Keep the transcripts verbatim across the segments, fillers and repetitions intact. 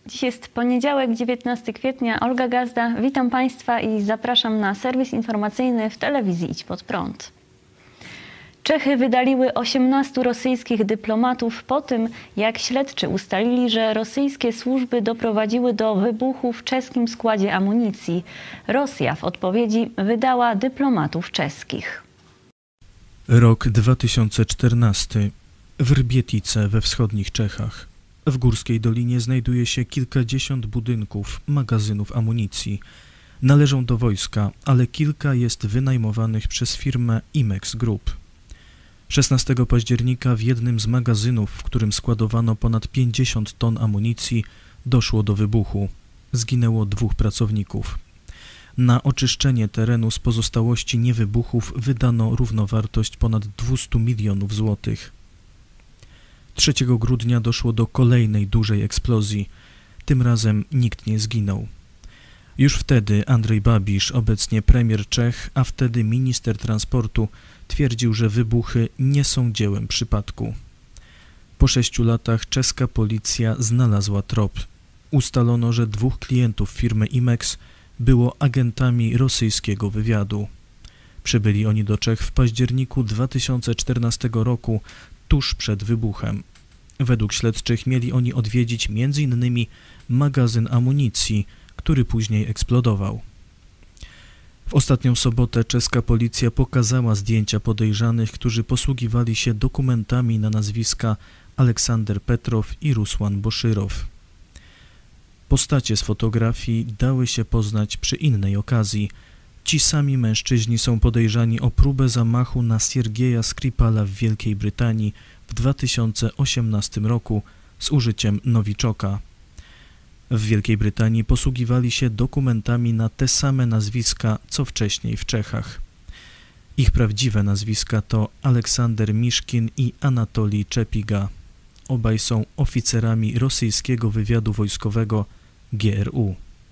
Dziś jest poniedziałek, dziewiętnastego kwietnia. Olga Gazda, witam Państwa i zapraszam na serwis informacyjny w telewizji Idź Pod Prąd. Czechy wydaliły osiemnastu rosyjskich dyplomatów po tym, jak śledczy ustalili, że rosyjskie służby doprowadziły do wybuchu w czeskim składzie amunicji. Rosja w odpowiedzi wydała dyplomatów czeskich. Rok dwa tysiące czternasty. Wrbietice we wschodnich Czechach. W Górskiej Dolinie znajduje się kilkadziesiąt budynków, magazynów amunicji. Należą do wojska, ale kilka jest wynajmowanych przez firmę Imex Group. szesnastego października w jednym z magazynów, w którym składowano ponad pięćdziesiąt ton amunicji, doszło do wybuchu. Zginęło dwóch pracowników. Na oczyszczenie terenu z pozostałości niewybuchów wydano równowartość ponad dwieście milionów złotych. trzeciego grudnia doszło do kolejnej dużej eksplozji. Tym razem nikt nie zginął. Już wtedy Andrzej Babiš, obecnie premier Czech, a wtedy minister transportu, twierdził, że wybuchy nie są dziełem przypadku. Po sześciu latach czeska policja znalazła trop. Ustalono, że dwóch klientów firmy Imex było agentami rosyjskiego wywiadu. Przybyli oni do Czech w październiku dwa tysiące czternastego roku, tuż przed wybuchem. Według śledczych mieli oni odwiedzić między innymi magazyn amunicji, który później eksplodował. W ostatnią sobotę czeska policja pokazała zdjęcia podejrzanych, którzy posługiwali się dokumentami na nazwiska Aleksander Petrow i Rusłan Boszyrow. Postacie z fotografii dały się poznać przy innej okazji. Ci sami mężczyźni są podejrzani o próbę zamachu na Siergieja Skripala w Wielkiej Brytanii w dwa tysiące osiemnastym roku z użyciem nowiczoka. W Wielkiej Brytanii posługiwali się dokumentami na te same nazwiska, co wcześniej w Czechach. Ich prawdziwe nazwiska to Aleksander Miszkin i Anatolij Czepiga. Obaj są oficerami rosyjskiego wywiadu wojskowego G R U.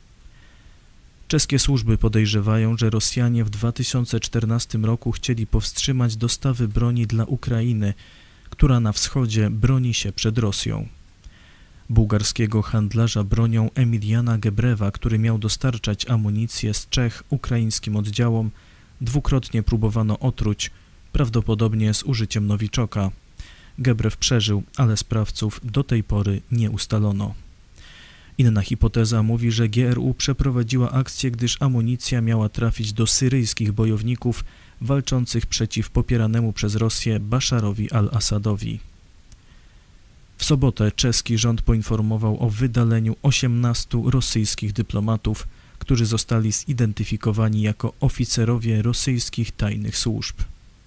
Czeskie służby podejrzewają, że Rosjanie w dwa tysiące czternastym roku chcieli powstrzymać dostawy broni dla Ukrainy, która na wschodzie broni się przed Rosją. Bułgarskiego handlarza bronią Emiliana Gebrewa, który miał dostarczać amunicję z Czech ukraińskim oddziałom, dwukrotnie próbowano otruć, prawdopodobnie z użyciem nowiczoka. Gebrew przeżył, ale sprawców do tej pory nie ustalono. Inna hipoteza mówi, że G R U przeprowadziła akcję, gdyż amunicja miała trafić do syryjskich bojowników walczących przeciw popieranemu przez Rosję Baszarowi al-Assadowi. W sobotę czeski rząd poinformował o wydaleniu osiemnastu rosyjskich dyplomatów, którzy zostali zidentyfikowani jako oficerowie rosyjskich tajnych służb.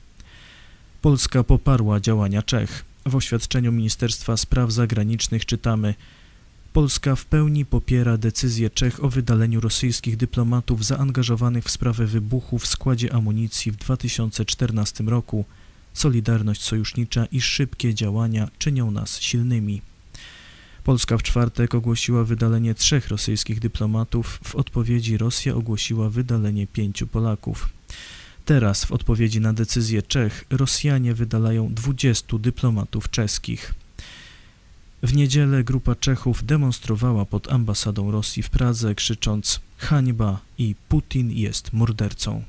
Polska poparła działania Czech. W oświadczeniu Ministerstwa Spraw Zagranicznych czytamy: Polska w pełni popiera decyzję Czech o wydaleniu rosyjskich dyplomatów zaangażowanych w sprawę wybuchu w składzie amunicji w dwa tysiące czternastym roku. Solidarność sojusznicza i szybkie działania czynią nas silnymi. Polska w czwartek ogłosiła wydalenie trzech rosyjskich dyplomatów. W odpowiedzi Rosja ogłosiła wydalenie pięciu Polaków. Teraz w odpowiedzi na decyzję Czech Rosjanie wydalają dwudziestu dyplomatów czeskich. W niedzielę grupa Czechów demonstrowała pod ambasadą Rosji w Pradze, krzycząc: hańba i Putin jest mordercą.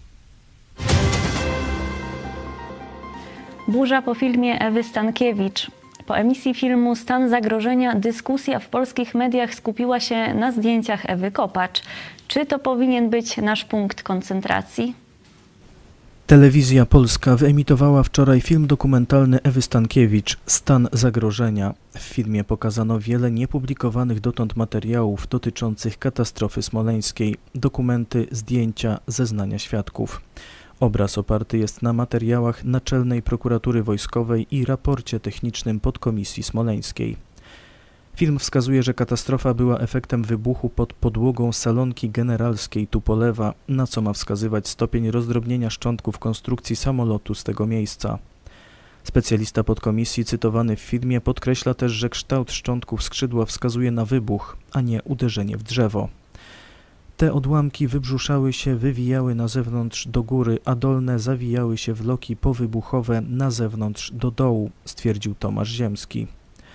Burza po filmie Ewy Stankiewicz. Po emisji filmu Stan zagrożenia dyskusja w polskich mediach skupiła się na zdjęciach Ewy Kopacz. Czy to powinien być nasz punkt koncentracji? Telewizja Polska wyemitowała wczoraj film dokumentalny Ewy Stankiewicz Stan zagrożenia. W filmie pokazano wiele niepublikowanych dotąd materiałów dotyczących katastrofy smoleńskiej, dokumenty, zdjęcia, zeznania świadków. Obraz oparty jest na materiałach Naczelnej Prokuratury Wojskowej i raporcie technicznym podkomisji smoleńskiej. Film wskazuje, że katastrofa była efektem wybuchu pod podłogą salonki generalskiej Tupolewa, na co ma wskazywać stopień rozdrobnienia szczątków konstrukcji samolotu z tego miejsca. Specjalista podkomisji cytowany w filmie podkreśla też, że kształt szczątków skrzydła wskazuje na wybuch, a nie uderzenie w drzewo. Te odłamki wybrzuszały się, wywijały na zewnątrz do góry, a dolne zawijały się w loki powybuchowe na zewnątrz do dołu, stwierdził Tomasz Ziemski.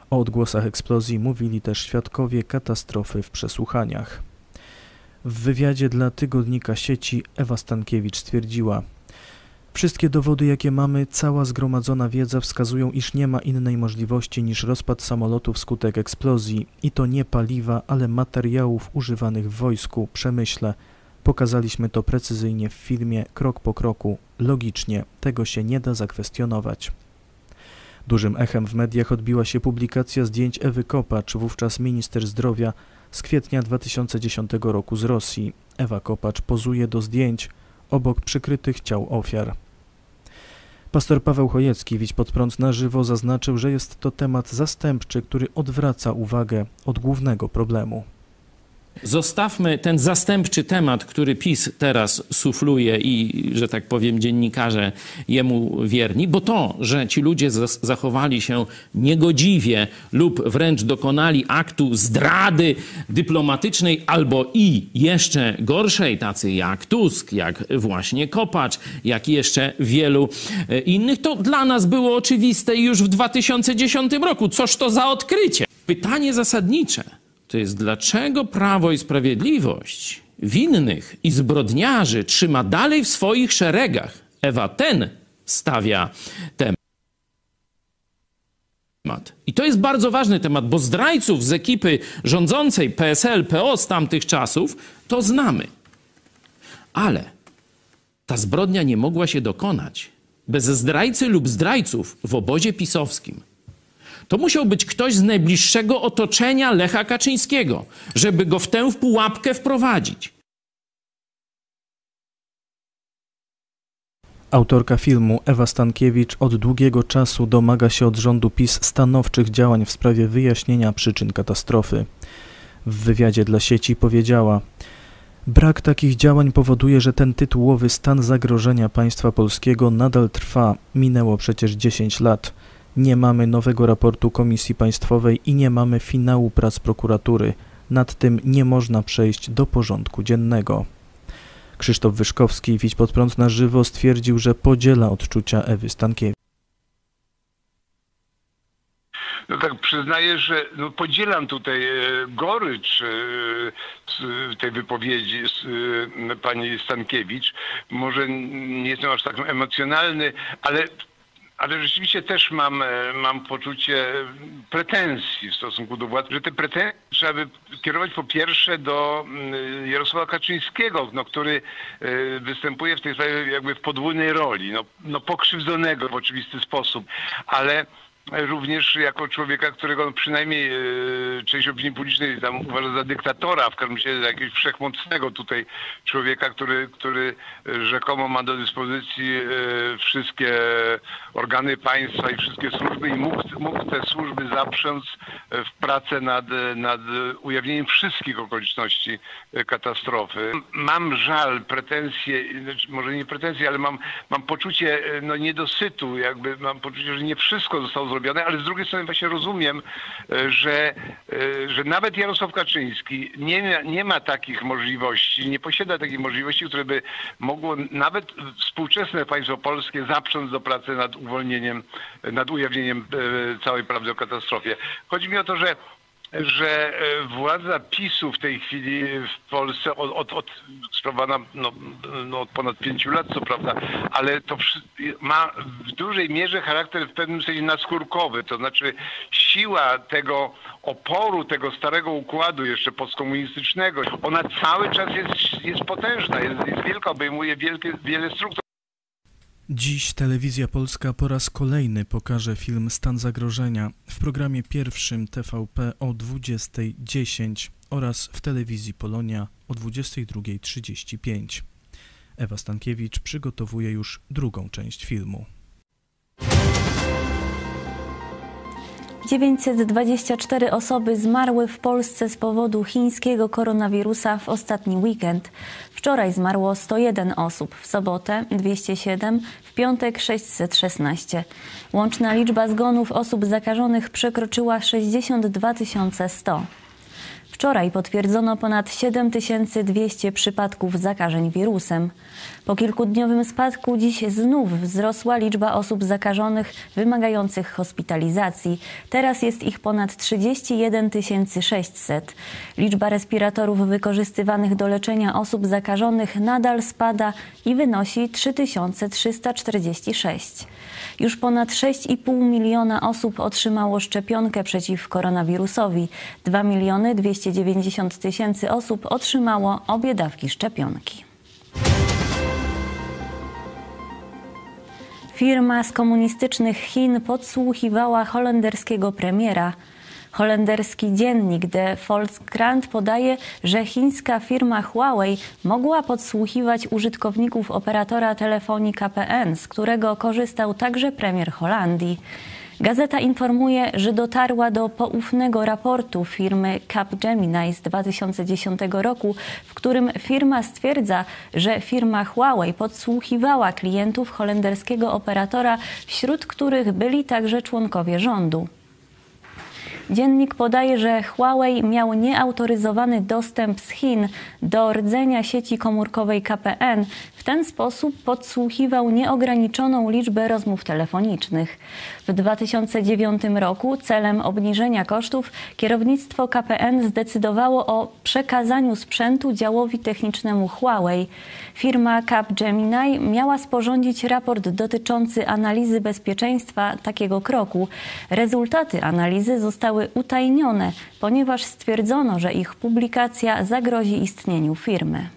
O odgłosach eksplozji mówili też świadkowie katastrofy w przesłuchaniach. W wywiadzie dla tygodnika Sieci Ewa Stankiewicz stwierdziła: wszystkie dowody, jakie mamy, cała zgromadzona wiedza wskazują, iż nie ma innej możliwości niż rozpad samolotu wskutek eksplozji i to nie paliwa, ale materiałów używanych w wojsku, przemyśle. Pokazaliśmy to precyzyjnie w filmie, krok po kroku, logicznie, tego się nie da zakwestionować. Dużym echem w mediach odbiła się publikacja zdjęć Ewy Kopacz, wówczas minister zdrowia, z kwietnia dwa tysiące dziesiątego roku z Rosji. Ewa Kopacz pozuje do zdjęć obok przykrytych ciał ofiar. Pastor Paweł Chojecki, Widź pod prąd na żywo, zaznaczył, że jest to temat zastępczy, który odwraca uwagę od głównego problemu. Zostawmy ten zastępczy temat, który PiS teraz sufluje i, że tak powiem, dziennikarze jemu wierni, bo to, że ci ludzie zachowali się niegodziwie lub wręcz dokonali aktu zdrady dyplomatycznej albo i jeszcze gorszej, tacy jak Tusk, jak właśnie Kopacz, jak jeszcze wielu innych, to dla nas było oczywiste już w dwa tysiące dziesiątym roku. Coż to za odkrycie? Pytanie zasadnicze to jest, dlaczego Prawo i Sprawiedliwość winnych i zbrodniarzy trzyma dalej w swoich szeregach. Ewa ten stawia temat. I to jest bardzo ważny temat, bo zdrajców z ekipy rządzącej P S L, P O z tamtych czasów to znamy. Ale ta zbrodnia nie mogła się dokonać bez zdrajcy lub zdrajców w obozie pisowskim. To musiał być ktoś z najbliższego otoczenia Lecha Kaczyńskiego, żeby go w tę pułapkę wprowadzić. Autorka filmu Ewa Stankiewicz od długiego czasu domaga się od rządu PiS stanowczych działań w sprawie wyjaśnienia przyczyn katastrofy. W wywiadzie dla Sieci powiedziała: brak takich działań powoduje, że ten tytułowy stan zagrożenia państwa polskiego nadal trwa. Minęło przecież dziesięć lat. Nie mamy nowego raportu Komisji Państwowej i nie mamy finału prac prokuratury. Nad tym nie można przejść do porządku dziennego. Krzysztof Wyszkowski, Widź pod prąd na żywo, stwierdził, że podziela odczucia Ewy Stankiewicz. No tak, przyznaję, że no podzielam tutaj gorycz tej wypowiedzi pani Stankiewicz. Może nie jestem aż tak emocjonalny, ale Ale rzeczywiście też mam, mam poczucie pretensji w stosunku do władz, że te pretensje trzeba by kierować po pierwsze do Jarosława Kaczyńskiego, no, który występuje w tej sprawie jakby w podwójnej roli, no, no pokrzywdzonego w oczywisty sposób, ale również jako człowieka, którego przynajmniej część opinii publicznej tam uważa za dyktatora, a w każdym razie za jakiegoś wszechmocnego tutaj człowieka, który, który rzekomo ma do dyspozycji wszystkie organy państwa i wszystkie służby i mógł, mógł te służby zaprząc w pracę nad, nad ujawnieniem wszystkich okoliczności katastrofy. Mam żal, pretensje, może nie pretensje, ale mam, mam poczucie no, niedosytu, jakby mam poczucie, że nie wszystko zostało zrobione. Ale z drugiej strony właśnie rozumiem, że, że nawet Jarosław Kaczyński nie ma, nie ma takich możliwości, nie posiada takich możliwości, które by mogło nawet współczesne państwo polskie zaprząc do pracy nad uwolnieniem, nad ujawnieniem całej prawdy o katastrofie. Chodzi mi o to, że że władza PiSu w tej chwili w Polsce od, od, od sprawowana no, no, od ponad pięciu lat, co prawda, ale to ma w dużej mierze charakter w pewnym sensie naskórkowy, to znaczy siła tego oporu, tego starego układu jeszcze postkomunistycznego, ona cały czas jest, jest potężna, jest, jest wielka, obejmuje wielkie, wiele struktur. Dziś Telewizja Polska po raz kolejny pokaże film Stan zagrożenia w programie pierwszym T V P o dwudziestej dziesięć oraz w telewizji Polonia o dwudziestej drugiej trzydzieści pięć. Ewa Stankiewicz przygotowuje już drugą część filmu. dziewięćset dwadzieścia cztery osoby zmarły w Polsce z powodu chińskiego koronawirusa w ostatni weekend. Wczoraj zmarło sto jeden osób, w sobotę dwieście siedem, w piątek sześćset szesnaście. Łączna liczba zgonów osób zakażonych przekroczyła sześćdziesiąt dwa tysiące sto. Wczoraj potwierdzono ponad siedem tysięcy dwieście przypadków zakażeń wirusem. Po kilkudniowym spadku dziś znów wzrosła liczba osób zakażonych wymagających hospitalizacji. Teraz jest ich ponad trzydzieści jeden tysięcy sześćset. Liczba respiratorów wykorzystywanych do leczenia osób zakażonych nadal spada i wynosi trzy tysiące trzysta czterdzieści sześć. Już ponad sześć i pół miliona osób otrzymało szczepionkę przeciw koronawirusowi. dwa miliony dwieście dziewięćdziesiąt tysięcy osób otrzymało obie dawki szczepionki. Firma z komunistycznych Chin podsłuchiwała holenderskiego premiera. Holenderski dziennik The Volkskrant podaje, że chińska firma Huawei mogła podsłuchiwać użytkowników operatora telefonii K P N, z którego korzystał także premier Holandii. Gazeta informuje, że dotarła do poufnego raportu firmy Capgemini z dwa tysiące dziesiątego roku, w którym firma stwierdza, że firma Huawei podsłuchiwała klientów holenderskiego operatora, wśród których byli także członkowie rządu. Dziennik podaje, że Huawei miał nieautoryzowany dostęp z Chin do rdzenia sieci komórkowej K P N. W ten sposób podsłuchiwał nieograniczoną liczbę rozmów telefonicznych. W dwa tysiące dziewiątym roku celem obniżenia kosztów kierownictwo K P N zdecydowało o przekazaniu sprzętu działowi technicznemu Huawei. Firma Capgemini miała sporządzić raport dotyczący analizy bezpieczeństwa takiego kroku. Rezultaty analizy zostały utajnione, ponieważ stwierdzono, że ich publikacja zagrozi istnieniu firmy.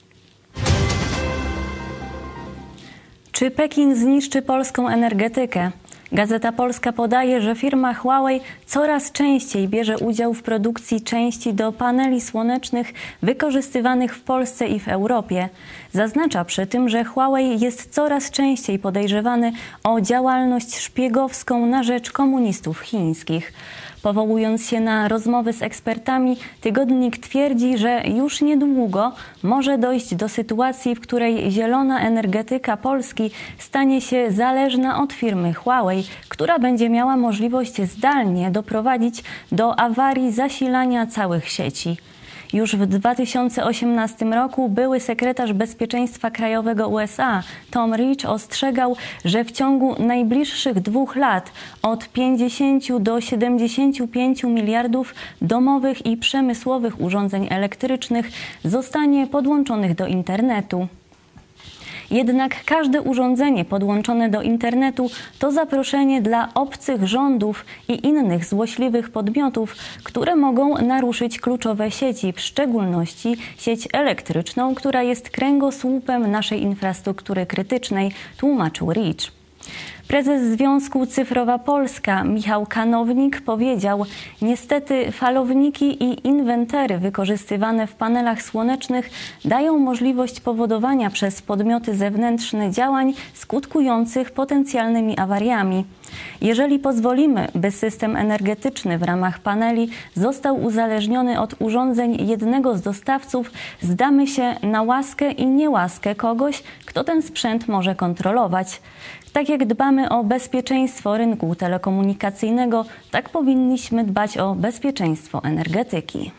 Czy Pekin zniszczy polską energetykę? Gazeta Polska podaje, że firma Huawei coraz częściej bierze udział w produkcji części do paneli słonecznych wykorzystywanych w Polsce i w Europie. Zaznacza przy tym, że Huawei jest coraz częściej podejrzewany o działalność szpiegowską na rzecz komunistów chińskich. Powołując się na rozmowy z ekspertami, tygodnik twierdzi, że już niedługo może dojść do sytuacji, w której zielona energetyka Polski stanie się zależna od firmy Huawei, która będzie miała możliwość zdalnie doprowadzić do awarii zasilania całych sieci. Już w dwa tysiące osiemnastym roku były sekretarz bezpieczeństwa krajowego U S A Tom Ridge ostrzegał, że w ciągu najbliższych dwóch lat od pięćdziesięciu do siedemdziesięciu pięciu miliardów domowych i przemysłowych urządzeń elektrycznych zostanie podłączonych do internetu. Jednak każde urządzenie podłączone do internetu to zaproszenie dla obcych rządów i innych złośliwych podmiotów, które mogą naruszyć kluczowe sieci, w szczególności sieć elektryczną, która jest kręgosłupem naszej infrastruktury krytycznej, tłumaczył Ridge. Prezes Związku Cyfrowa Polska Michał Kanownik powiedział: niestety falowniki i inwentery wykorzystywane w panelach słonecznych dają możliwość powodowania przez podmioty zewnętrzne działań skutkujących potencjalnymi awariami. Jeżeli pozwolimy, by system energetyczny w ramach paneli został uzależniony od urządzeń jednego z dostawców, zdamy się na łaskę i niełaskę kogoś, kto ten sprzęt może kontrolować. Tak jak dbamy o bezpieczeństwo rynku telekomunikacyjnego, tak powinniśmy dbać o bezpieczeństwo energetyki.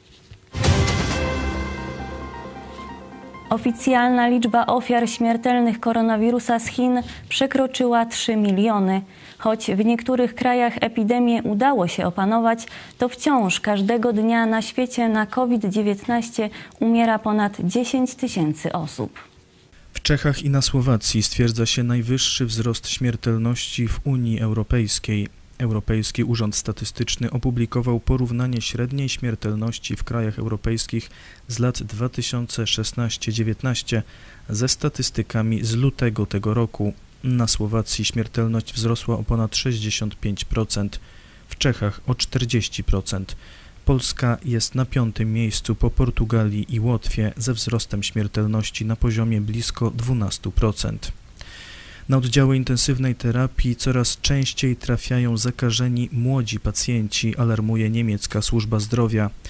Oficjalna liczba ofiar śmiertelnych koronawirusa z Chin przekroczyła trzy miliony. Choć w niektórych krajach epidemię udało się opanować, to wciąż każdego dnia na świecie na COVID dziewiętnaście umiera ponad dziesięć tysięcy osób. W Czechach i na Słowacji stwierdza się najwyższy wzrost śmiertelności w Unii Europejskiej. Europejski Urząd Statystyczny opublikował porównanie średniej śmiertelności w krajach europejskich z lat dwa tysiące szesnaście do dziewiętnaście ze statystykami z lutego tego roku. Na Słowacji śmiertelność wzrosła o ponad sześćdziesiąt pięć procent, w Czechach o czterdzieści procent. Polska jest na piątym miejscu po Portugalii i Łotwie ze wzrostem śmiertelności na poziomie blisko dwanaście procent. Na oddziały intensywnej terapii coraz częściej trafiają zakażeni młodzi pacjenci, alarmuje niemiecka służba zdrowia.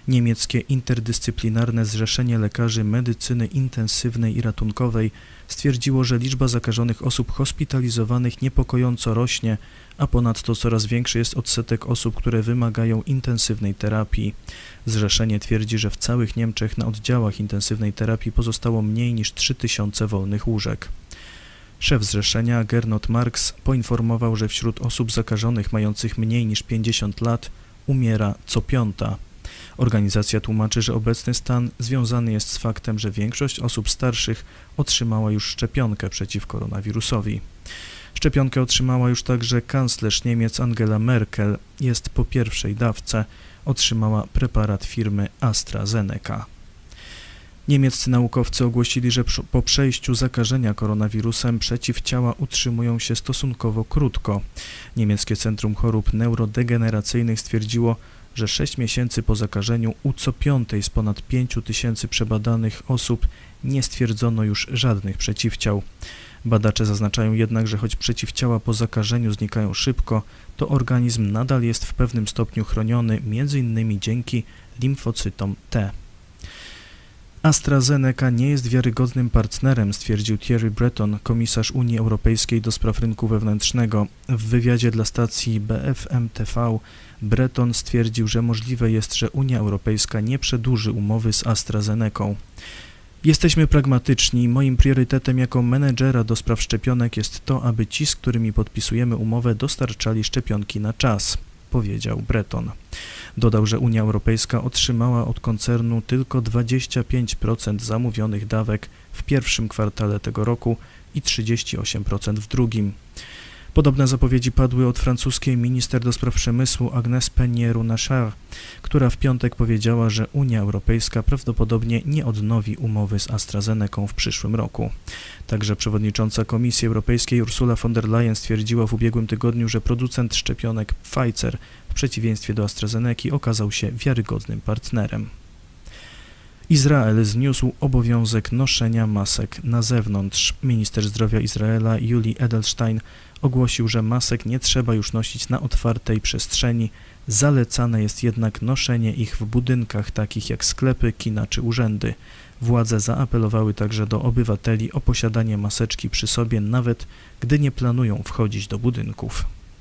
Niemieckie Interdyscyplinarne Zrzeszenie Lekarzy Medycyny Intensywnej i Ratunkowej stwierdziło, że liczba zakażonych osób hospitalizowanych niepokojąco rośnie, a ponadto coraz większy jest odsetek osób, które wymagają intensywnej terapii. Zrzeszenie twierdzi, że w całych Niemczech na oddziałach intensywnej terapii pozostało mniej niż trzy tysiące wolnych łóżek. Szef zrzeszenia Gernot Marx poinformował, że wśród osób zakażonych mających mniej niż pięćdziesiąt lat umiera co piąta. Organizacja tłumaczy, że obecny stan związany jest z faktem, że większość osób starszych otrzymała już szczepionkę przeciw koronawirusowi. Szczepionkę otrzymała już także kanclerz Niemiec Angela Merkel. Jest po pierwszej dawce. Otrzymała preparat firmy AstraZeneca. Niemieccy naukowcy ogłosili, że po przejściu zakażenia koronawirusem przeciwciała utrzymują się stosunkowo krótko. Niemieckie Centrum Chorób Neurodegeneracyjnych stwierdziło, że sześć miesięcy po zakażeniu u co piątej z ponad pięciu tysięcy przebadanych osób nie stwierdzono już żadnych przeciwciał. Badacze zaznaczają jednak, że choć przeciwciała po zakażeniu znikają szybko, to organizm nadal jest w pewnym stopniu chroniony, między innymi dzięki limfocytom T. AstraZeneca nie jest wiarygodnym partnerem, stwierdził Thierry Breton, komisarz Unii Europejskiej do spraw rynku wewnętrznego. W wywiadzie dla stacji B F M T V Breton stwierdził, że możliwe jest, że Unia Europejska nie przedłuży umowy z AstraZenecą. Jesteśmy pragmatyczni. Moim priorytetem jako menedżera do spraw szczepionek jest to, aby ci, z którymi podpisujemy umowę, dostarczali szczepionki na czas, powiedział Breton. Dodał, że Unia Europejska otrzymała od koncernu tylko dwadzieścia pięć procent zamówionych dawek w pierwszym kwartale tego roku i trzydzieści osiem procent w drugim. Podobne zapowiedzi padły od francuskiej minister do spraw przemysłu Agnès Pannier-Runacher, która w piątek powiedziała, że Unia Europejska prawdopodobnie nie odnowi umowy z AstraZenecą w przyszłym roku. Także przewodnicząca Komisji Europejskiej Ursula von der Leyen stwierdziła w ubiegłym tygodniu, że producent szczepionek Pfizer w przeciwieństwie do AstraZeneki okazał się wiarygodnym partnerem. Izrael zniósł obowiązek noszenia masek na zewnątrz. Minister zdrowia Izraela Yuli Edelstein ogłosił, że masek nie trzeba już nosić na otwartej przestrzeni, zalecane jest jednak noszenie ich w budynkach takich jak sklepy, kina czy urzędy. Władze zaapelowały także do obywateli o posiadanie maseczki przy sobie, nawet gdy nie planują wchodzić do budynków.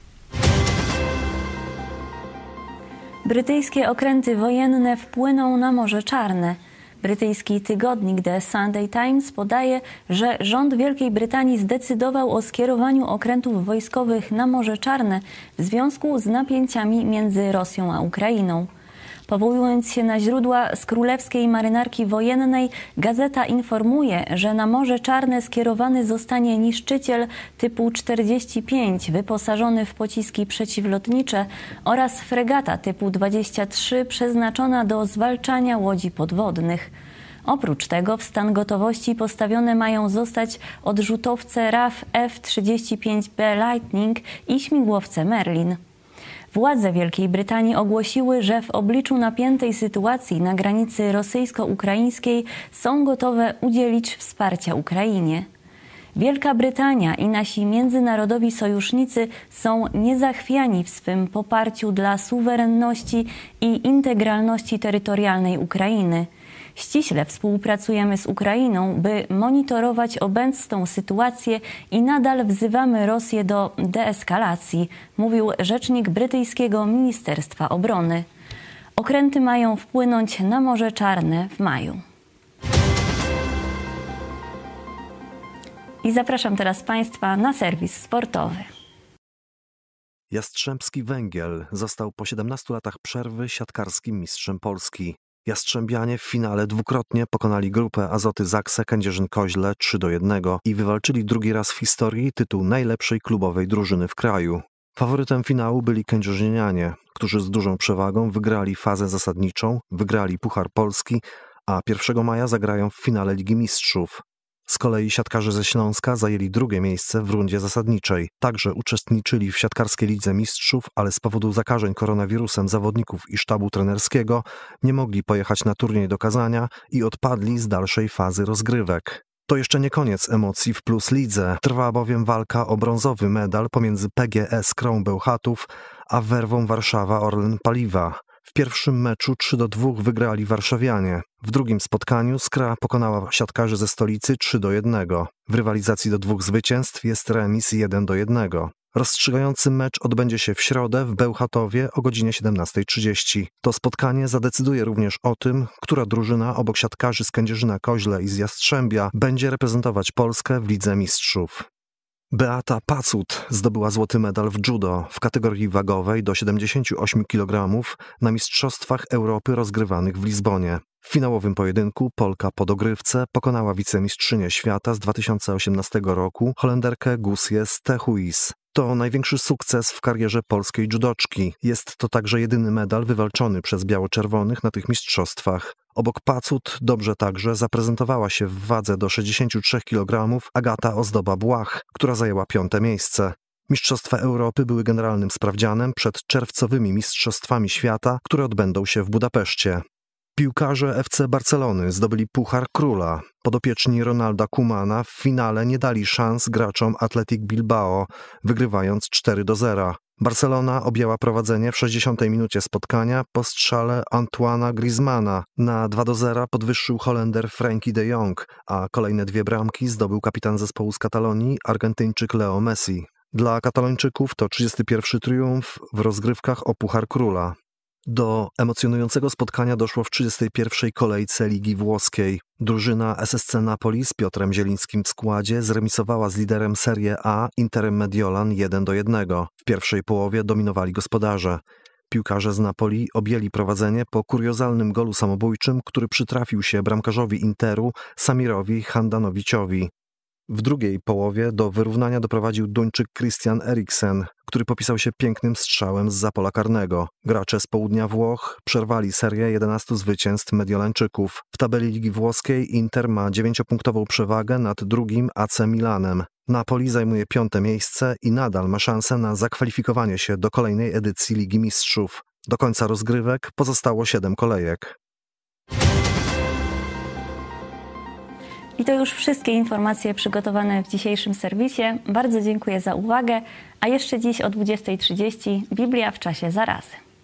Brytyjskie okręty wojenne wpłyną na Morze Czarne. Brytyjski tygodnik The Sunday Times podaje, że rząd Wielkiej Brytanii zdecydował o skierowaniu okrętów wojskowych na Morze Czarne w związku z napięciami między Rosją a Ukrainą. Powołując się na źródła z Królewskiej Marynarki Wojennej, gazeta informuje, że na Morze Czarne skierowany zostanie niszczyciel typu czterdzieści pięć wyposażony w pociski przeciwlotnicze oraz fregata typu dwadzieścia trzy przeznaczona do zwalczania łodzi podwodnych. Oprócz tego w stan gotowości postawione mają zostać odrzutowce R A F F trzydzieści pięć B Lightning i śmigłowce Merlin. Władze Wielkiej Brytanii ogłosiły, że w obliczu napiętej sytuacji na granicy rosyjsko-ukraińskiej są gotowe udzielić wsparcia Ukrainie. Wielka Brytania i nasi międzynarodowi sojusznicy są niezachwiani w swym poparciu dla suwerenności i integralności terytorialnej Ukrainy. Ściśle współpracujemy z Ukrainą, by monitorować obecną sytuację i nadal wzywamy Rosję do deeskalacji, mówił rzecznik brytyjskiego Ministerstwa Obrony. Okręty mają wpłynąć na Morze Czarne w maju. I zapraszam teraz Państwa na serwis sportowy. Jastrzębski Węgiel został po siedemnastu latach przerwy siatkarskim mistrzem Polski. Jastrzębianie w finale dwukrotnie pokonali grupę Azoty Zaksę Kędzierzyn-Koźle trzy do jednego i wywalczyli drugi raz w historii tytuł najlepszej klubowej drużyny w kraju. Faworytem finału byli kędzierzynianie, którzy z dużą przewagą wygrali fazę zasadniczą, wygrali Puchar Polski, a pierwszego maja zagrają w finale Ligi Mistrzów. Z kolei siatkarze ze Śląska zajęli drugie miejsce w rundzie zasadniczej. Także uczestniczyli w siatkarskiej Lidze Mistrzów, ale z powodu zakażeń koronawirusem zawodników i sztabu trenerskiego nie mogli pojechać na turniej do Kazania i odpadli z dalszej fazy rozgrywek. To jeszcze nie koniec emocji w Plus Lidze. Trwa bowiem walka o brązowy medal pomiędzy P G S Krą Bełchatów a Werwą Warszawa Orlen Paliwa. W pierwszym meczu trzy do dwóch wygrali warszawianie. W drugim spotkaniu Skra pokonała siatkarzy ze stolicy trzy do jednego. W rywalizacji do dwóch zwycięstw jest remis jeden do jednego. Rozstrzygający mecz odbędzie się w środę w Bełchatowie o godzinie siedemnasta trzydzieści. To spotkanie zadecyduje również o tym, która drużyna obok siatkarzy z Kędzierzyna-Koźle i z Jastrzębia będzie reprezentować Polskę w Lidze Mistrzów. Beata Pacut zdobyła złoty medal w judo w kategorii wagowej do siedemdziesięciu ośmiu kilogramów na Mistrzostwach Europy rozgrywanych w Lizbonie. W finałowym pojedynku Polka po dogrywce pokonała wicemistrzynię świata z dwa tysiące osiemnastego roku, Holenderkę Gusię Stehuis. To największy sukces w karierze polskiej judoczki. Jest to także jedyny medal wywalczony przez biało-czerwonych na tych mistrzostwach. Obok Pacut dobrze także zaprezentowała się w wadze do sześćdziesięciu trzech kilogramów Agata Ozdoba-Błach, która zajęła piąte miejsce. Mistrzostwa Europy były generalnym sprawdzianem przed czerwcowymi mistrzostwami świata, które odbędą się w Budapeszcie. Piłkarze F C Barcelony zdobyli Puchar Króla. Podopieczni Ronalda Koemana w finale nie dali szans graczom Athletic Bilbao, wygrywając cztery do zera. Barcelona objęła prowadzenie w sześćdziesiątej minucie spotkania po strzale Antoana Griezmana. Na dwa do zera podwyższył Holender Frenkie de Jong, a kolejne dwie bramki zdobył kapitan zespołu z Katalonii, Argentyńczyk Leo Messi. Dla Katalończyków to trzydziesty pierwszy triumf w rozgrywkach o Puchar Króla. Do emocjonującego spotkania doszło w trzydziestej pierwszej kolejce Ligi Włoskiej. Drużyna S S C Napoli z Piotrem Zielińskim w składzie zremisowała z liderem Serie A Interem Mediolan jeden do jednego. W pierwszej połowie dominowali gospodarze. Piłkarze z Napoli objęli prowadzenie po kuriozalnym golu samobójczym, który przytrafił się bramkarzowi Interu Samirowi Handanowiciowi. W drugiej połowie do wyrównania doprowadził Duńczyk Christian Eriksen, który popisał się pięknym strzałem zza pola karnego. Gracze z południa Włoch przerwali serię jedenastu zwycięstw Mediolańczyków. W tabeli Ligi Włoskiej Inter ma dziewięciopunktową przewagę nad drugim A C Milanem. Napoli zajmuje piąte miejsce i nadal ma szansę na zakwalifikowanie się do kolejnej edycji Ligi Mistrzów. Do końca rozgrywek pozostało siedem kolejek. I to już wszystkie informacje przygotowane w dzisiejszym serwisie. Bardzo dziękuję za uwagę, a jeszcze dziś o dwudziestej trzydzieści Biblia w czasie zarazy.